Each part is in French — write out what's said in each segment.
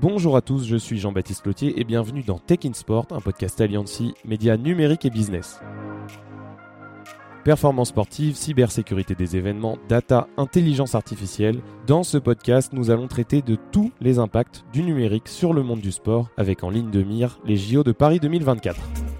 Bonjour à tous, je suis Jean-Baptiste Lotier et bienvenue dans Tech in Sport, un podcast Alliancy, médias numériques et business. Performance sportive, cybersécurité des événements, data, intelligence artificielle. Dans ce podcast, nous allons traiter de tous les impacts du numérique sur le monde du sport, avec en ligne de mire les JO de Paris 2024.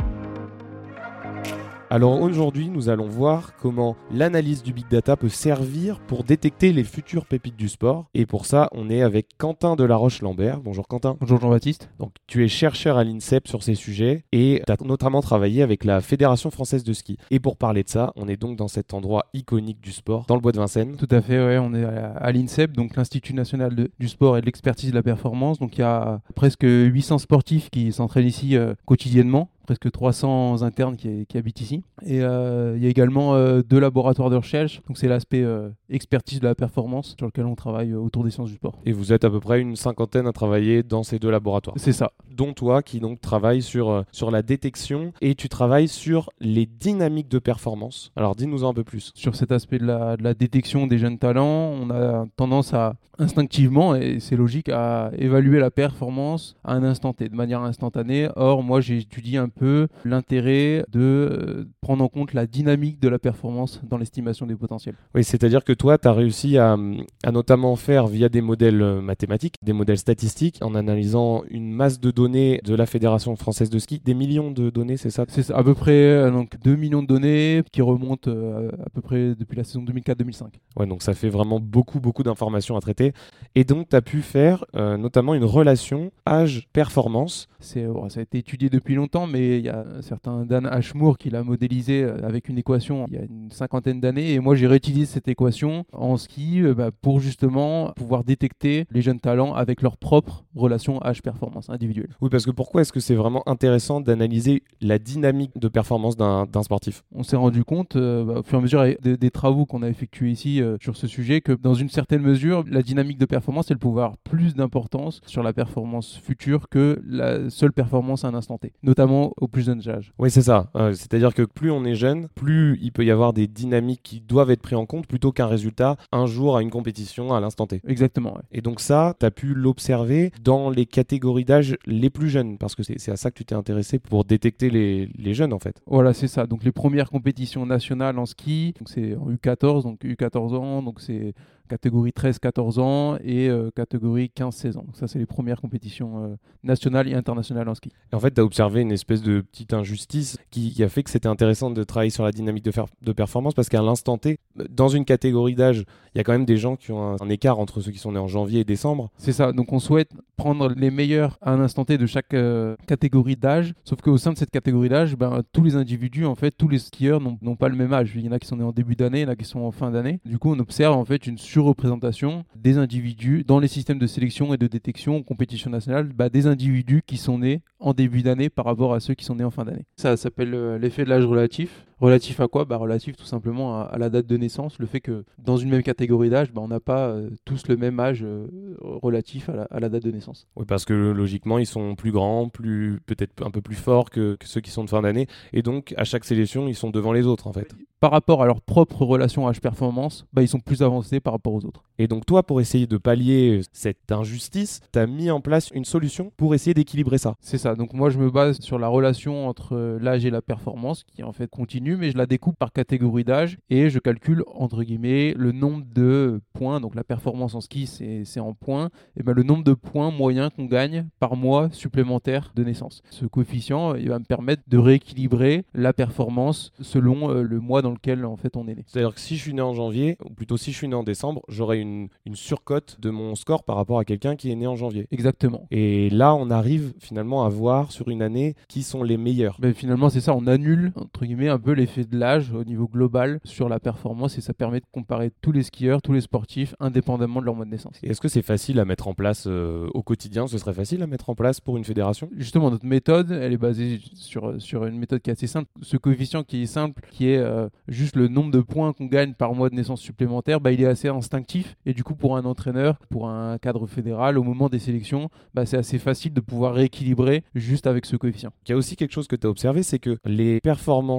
Alors aujourd'hui, nous allons voir comment l'analyse du big data peut servir pour détecter les futures pépites du sport. Et pour ça, on est avec Quentin Delaroche-Lambert. Bonjour Quentin. Bonjour Jean-Baptiste. Donc tu es chercheur à l'INSEP sur ces sujets et tu as notamment travaillé avec la Fédération française de ski. Et pour parler de ça, on est donc dans cet endroit iconique du sport, dans le bois de Vincennes. Tout à fait, ouais, on est à l'INSEP, donc l'Institut national du sport et de l'expertise de la performance. Donc il y a presque 800 sportifs qui s'entraînent ici quotidiennement. Presque 300 internes qui habitent ici. Et il y a également 2 laboratoires de recherche. Donc c'est l'aspect expertise de la performance sur lequel on travaille autour des sciences du sport. Et vous êtes à peu près une cinquantaine à travailler dans ces 2 laboratoires. C'est ça. Dont toi qui donc travaille sur la détection et tu travailles sur les dynamiques de performance. Alors dis-nous un peu plus. Sur cet aspect de la détection des jeunes talents, on a tendance à instinctivement, et c'est logique, à évaluer la performance à un instant T, de manière instantanée. Or, moi j'ai étudié un peu l'intérêt de prendre en compte la dynamique de la performance dans l'estimation des potentiels. Oui, c'est-à-dire que toi, tu as réussi à notamment faire via des modèles mathématiques, des modèles statistiques, en analysant une masse de données de la Fédération française de ski, des millions de données, c'est ça ? C'est ça, à peu près donc 2 millions de données qui remontent à peu près depuis la saison 2004-2005. Ouais, donc ça fait vraiment beaucoup d'informations à traiter. Et donc, tu as pu faire notamment une relation âge-performance. Ça a été étudié depuis longtemps, mais il y a un certain Dan Ashmore qui l'a modélisé avec une équation il y a une cinquantaine d'années. Et moi, j'ai réutilisé cette équation en ski pour justement pouvoir détecter les jeunes talents avec leur propre relation âge-performance individuelle. Oui, parce que pourquoi est-ce que c'est vraiment intéressant d'analyser la dynamique de performance d'un sportif ? On s'est rendu compte, au fur et à mesure des travaux qu'on a effectués ici sur ce sujet, que dans une certaine mesure, la dynamique de performance, elle pouvait avoir plus d'importance sur la performance future que la seule performance à un instant T, notamment au plus jeune âge. Oui, c'est ça. C'est-à-dire que plus on est jeune, plus il peut y avoir des dynamiques qui doivent être prises en compte plutôt qu'un résultat un jour à une compétition à l'instant T. Exactement. Ouais. Et donc ça, tu as pu l'observer dans les catégories d'âge les plus jeunes, parce que c'est à ça que tu t'es intéressé pour détecter les jeunes en fait. Voilà, c'est ça. Donc les premières compétitions nationales en ski, donc c'est en U14, donc U14 ans, donc c'est catégorie 13-14 ans et catégorie 15-16 ans. Donc ça, c'est les premières compétitions nationales et internationales en ski. Et en fait, tu as observé une espèce de petite injustice qui a fait que c'était intéressant de travailler sur la dynamique de performance parce qu'à l'instant T, dans une catégorie d'âge, il y a quand même des gens qui ont un écart entre ceux qui sont nés en janvier et décembre. C'est ça. Donc on souhaite prendre les meilleurs à un instant T de chaque catégorie d'âge. Sauf qu'au sein de cette catégorie d'âge, tous les individus, en fait, tous les skieurs n'ont pas le même âge. Il y en a qui sont nés en début d'année, il y en a qui sont en fin d'année. Du coup, on observe en fait une surreprésentation des individus dans les systèmes de sélection et de détection en compétition nationale, des individus qui sont nés en début d'année par rapport à ceux qui sont nés en fin d'année. Ça s'appelle l'effet de l'âge relatif. Relatif à quoi ? Relatif tout simplement à la date de naissance, le fait que dans une même catégorie d'âge, on n'a pas tous le même âge relatif à la date de naissance. Oui, parce que logiquement, ils sont plus grands, peut-être un peu plus forts que ceux qui sont de fin d'année, et donc à chaque sélection, ils sont devant les autres en fait. Par rapport à leur propre relation âge-performance, ils sont plus avancés par rapport aux autres. Et donc toi, pour essayer de pallier cette injustice, tu as mis en place une solution pour essayer d'équilibrer ça. C'est ça, donc moi je me base sur la relation entre l'âge et la performance, qui est en fait continue, mais je la découpe par catégorie d'âge, et je calcule, entre guillemets, le nombre de points, donc la performance en ski c'est en points, et le nombre de points moyens qu'on gagne par mois supplémentaire de naissance. Ce coefficient, il va me permettre de rééquilibrer la performance selon le mois dans lequel en fait on est né. C'est-à-dire que si je suis né en janvier, ou plutôt si je suis né en décembre, j'aurai une surcote de mon score par rapport à quelqu'un qui est né en janvier. Exactement. Et là, on arrive finalement à voir sur une année qui sont les meilleurs. Finalement, c'est ça, on annule entre guillemets un peu l'effet de l'âge au niveau global sur la performance et ça permet de comparer tous les skieurs, tous les sportifs, indépendamment de leur mois de naissance. Et est-ce que c'est facile à mettre en place au quotidien ? Ce serait facile à mettre en place pour une fédération ? Justement, notre méthode, elle est basée sur une méthode qui est assez simple. Ce coefficient qui est simple, qui est juste le nombre de points qu'on gagne par mois de naissance supplémentaire, il est assez instinctif. Et du coup, pour un entraîneur, pour un cadre fédéral, au moment des sélections, c'est assez facile de pouvoir rééquilibrer juste avec ce coefficient. Il y a aussi quelque chose que tu as observé, c'est que les performances des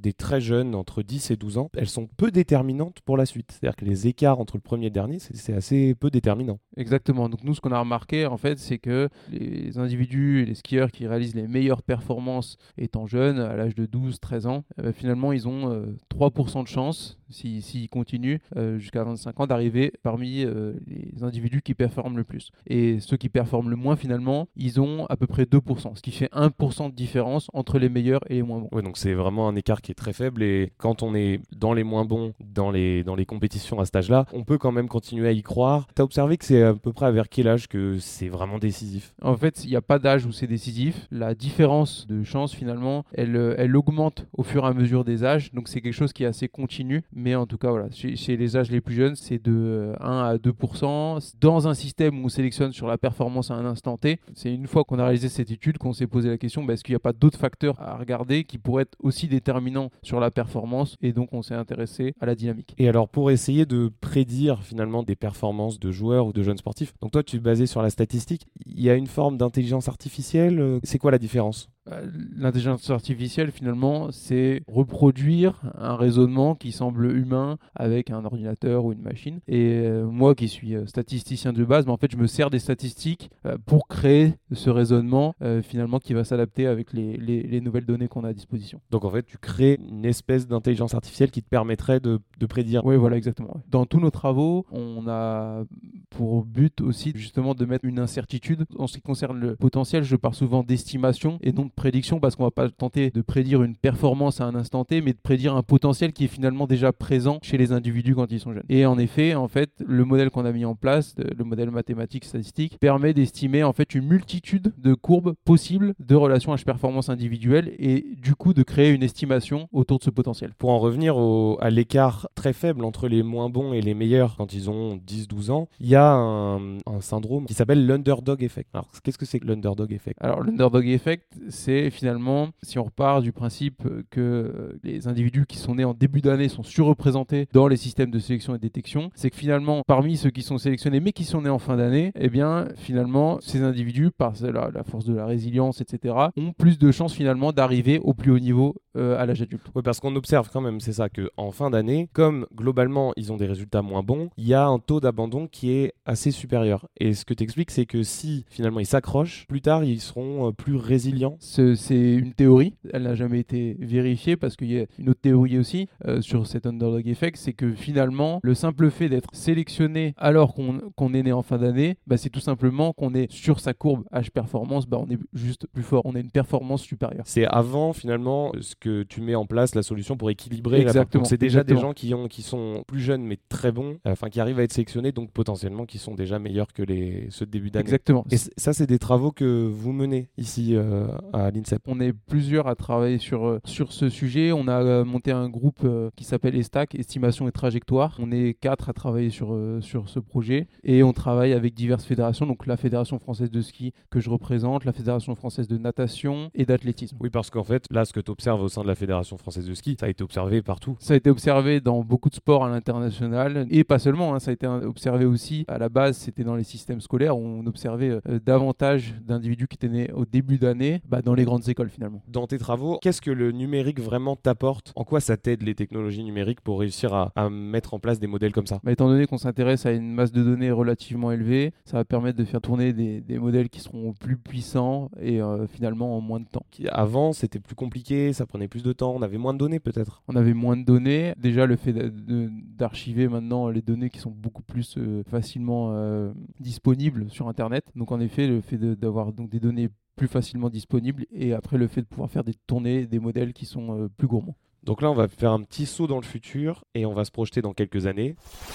des très jeunes, entre 10 et 12 ans, elles sont peu déterminantes pour la suite. C'est-à-dire que les écarts entre le premier et le dernier, c'est assez peu déterminant. Exactement. Donc nous, ce qu'on a remarqué, en fait, c'est que les individus, les skieurs qui réalisent les meilleures performances étant jeunes, à l'âge de 12-13 ans, finalement, ils ont 3% de chance, s'ils continuent jusqu'à 25 ans, d'arriver parmi les individus qui performent le plus. Et ceux qui performent le moins, finalement, ils ont à peu près 2%, ce qui fait 1% de différence entre les meilleurs et les moins bons. Ouais, donc c'est vraiment un écart qui est très faible, et quand on est dans les moins bons, dans les compétitions à cet âge-là, on peut quand même continuer à y croire. Tu as observé que c'est à peu près vers quel âge que c'est vraiment décisif? En fait, il n'y a pas d'âge où c'est décisif. La différence de chance, finalement, elle augmente au fur et à mesure des âges. Donc, c'est quelque chose qui est assez continu. Mais en tout cas, voilà, chez les âges les plus jeunes, c'est de 1 à 2%. Dans un système où on sélectionne sur la performance à un instant T, c'est une fois qu'on a réalisé cette étude qu'on s'est posé la question, est-ce qu'il n'y a pas d'autres facteurs à regarder qui pourraient être aussi déterminants sur la performance? Et donc, on s'est intéressé à la dynamique. Et alors, pour essayer de prédire finalement des performances de joueurs ou de jeunes sportifs, donc toi, tu es basé sur la statistique, il y a une forme d'intelligence artificielle. C'est quoi la différence? L'intelligence artificielle, finalement, c'est reproduire un raisonnement qui semble humain avec un ordinateur ou une machine. Et moi, qui suis statisticien de base, en fait, je me sers des statistiques pour créer ce raisonnement, finalement, qui va s'adapter avec les nouvelles données qu'on a à disposition. Donc, en fait, tu crées une espèce d'intelligence artificielle qui te permettrait de prédire. Oui, voilà, exactement. Dans tous nos travaux, on a pour but aussi, justement, de mettre une incertitude. En ce qui concerne le potentiel, je pars souvent d'estimation et non de prédiction, parce qu'on ne va pas tenter de prédire une performance à un instant T, mais de prédire un potentiel qui est finalement déjà présent chez les individus quand ils sont jeunes. Et en effet, le modèle qu'on a mis en place, le modèle mathématique statistique, permet d'estimer en fait une multitude de courbes possibles de relations âge-performance individuelle et du coup de créer une estimation autour de ce potentiel. Pour en revenir à l'écart très faible entre les moins bons et les meilleurs quand ils ont 10-12 ans, il y a un syndrome qui s'appelle l'underdog effect. Alors, qu'est-ce que c'est que l'underdog effect? Alors, l'underdog effect, c'est finalement, si on repart du principe que les individus qui sont nés en début d'année sont surreprésentés dans les systèmes de sélection et de détection, c'est que finalement, parmi ceux qui sont sélectionnés mais qui sont nés en fin d'année, eh bien, finalement, ces individus, par la force de la résilience, etc., ont plus de chances finalement d'arriver au plus haut niveau à l'âge adulte. Oui, parce qu'on observe quand même, c'est ça, qu'en fin d'année, comme globalement ils ont des résultats moins bons, il y a un taux d'abandon qui est assez supérieur. Et ce que tu expliques, c'est que si finalement ils s'accrochent, plus tard ils seront plus résilients. C'est une théorie, elle n'a jamais été vérifiée parce qu'il y a une autre théorie aussi sur cet underdog effect, c'est que finalement le simple fait d'être sélectionné alors qu'on est né en fin d'année, c'est tout simplement qu'on est sur sa courbe âge performance, on est juste plus fort, on a une performance supérieure. C'est avant finalement ce que tu mets en place la solution pour équilibrer. Exactement. Donc c'est déjà des gens qui sont plus jeunes mais très bons, qui arrivent à être sélectionnés, donc potentiellement qui sont déjà meilleurs que ceux de début d'année. Exactement. Et ça, c'est des travaux que vous menez ici à l'INSEP. On est plusieurs à travailler sur ce sujet. On a monté un groupe qui s'appelle ESTAC, Estimation et Trajectoire. On est 4 à travailler sur ce projet et on travaille avec diverses fédérations, donc la Fédération française de ski que je représente, la Fédération française de natation et d'athlétisme. Oui, parce qu'en fait, là, ce que tu observes au sein de la Fédération française de ski, ça a été observé partout. Ça a été observé dans beaucoup de sports à l'international et pas seulement, ça a été observé aussi. À la base, c'était dans les systèmes scolaires où on observait davantage d'individus qui étaient nés au début d'année dans les grandes écoles finalement. Dans tes travaux, qu'est-ce que le numérique vraiment t'apporte? En quoi ça t'aide les technologies numériques pour réussir à mettre en place des modèles comme ça? Étant donné qu'on s'intéresse à une masse de données relativement élevée, ça va permettre de faire tourner des modèles qui seront plus puissants et finalement en moins de temps. Avant, c'était plus compliqué, ça prenait plus de temps, on avait moins de données peut-être? On avait moins de données. Déjà, le fait d'archiver maintenant les données qui sont beaucoup plus facilement disponibles sur Internet. Donc en effet, le fait d'avoir donc des données plus facilement disponibles et après le fait de pouvoir faire tourner des modèles qui sont plus gourmands. Donc là, on va faire un petit saut dans le futur et on va se projeter dans quelques années.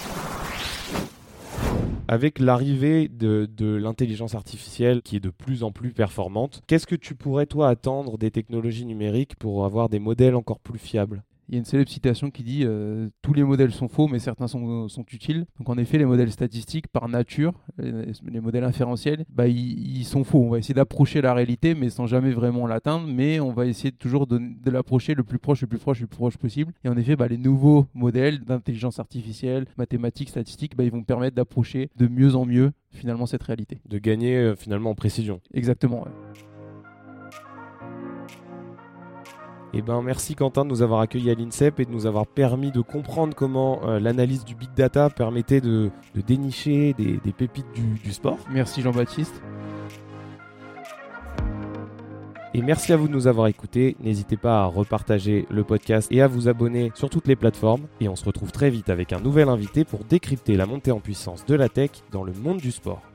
Avec l'arrivée de l'intelligence artificielle qui est de plus en plus performante, qu'est-ce que tu pourrais, toi, attendre des technologies numériques pour avoir des modèles encore plus fiables? Il y a une célèbre citation qui dit tous les modèles sont faux, mais certains sont utiles. Donc en effet, les modèles statistiques, par nature, les modèles inférentiels, ils sont faux. On va essayer d'approcher la réalité, mais sans jamais vraiment l'atteindre. Mais on va essayer toujours de l'approcher le plus proche possible. Et en effet, les nouveaux modèles d'intelligence artificielle, mathématiques, statistiques, ils vont permettre d'approcher de mieux en mieux finalement cette réalité. De gagner finalement en précision. Exactement. Ouais. Et merci Quentin de nous avoir accueillis à l'INSEP et de nous avoir permis de comprendre comment l'analyse du big data permettait de dénicher des pépites du sport. Merci Jean-Baptiste. Et merci à vous de nous avoir écoutés. N'hésitez pas à repartager le podcast et à vous abonner sur toutes les plateformes. Et on se retrouve très vite avec un nouvel invité pour décrypter la montée en puissance de la tech dans le monde du sport.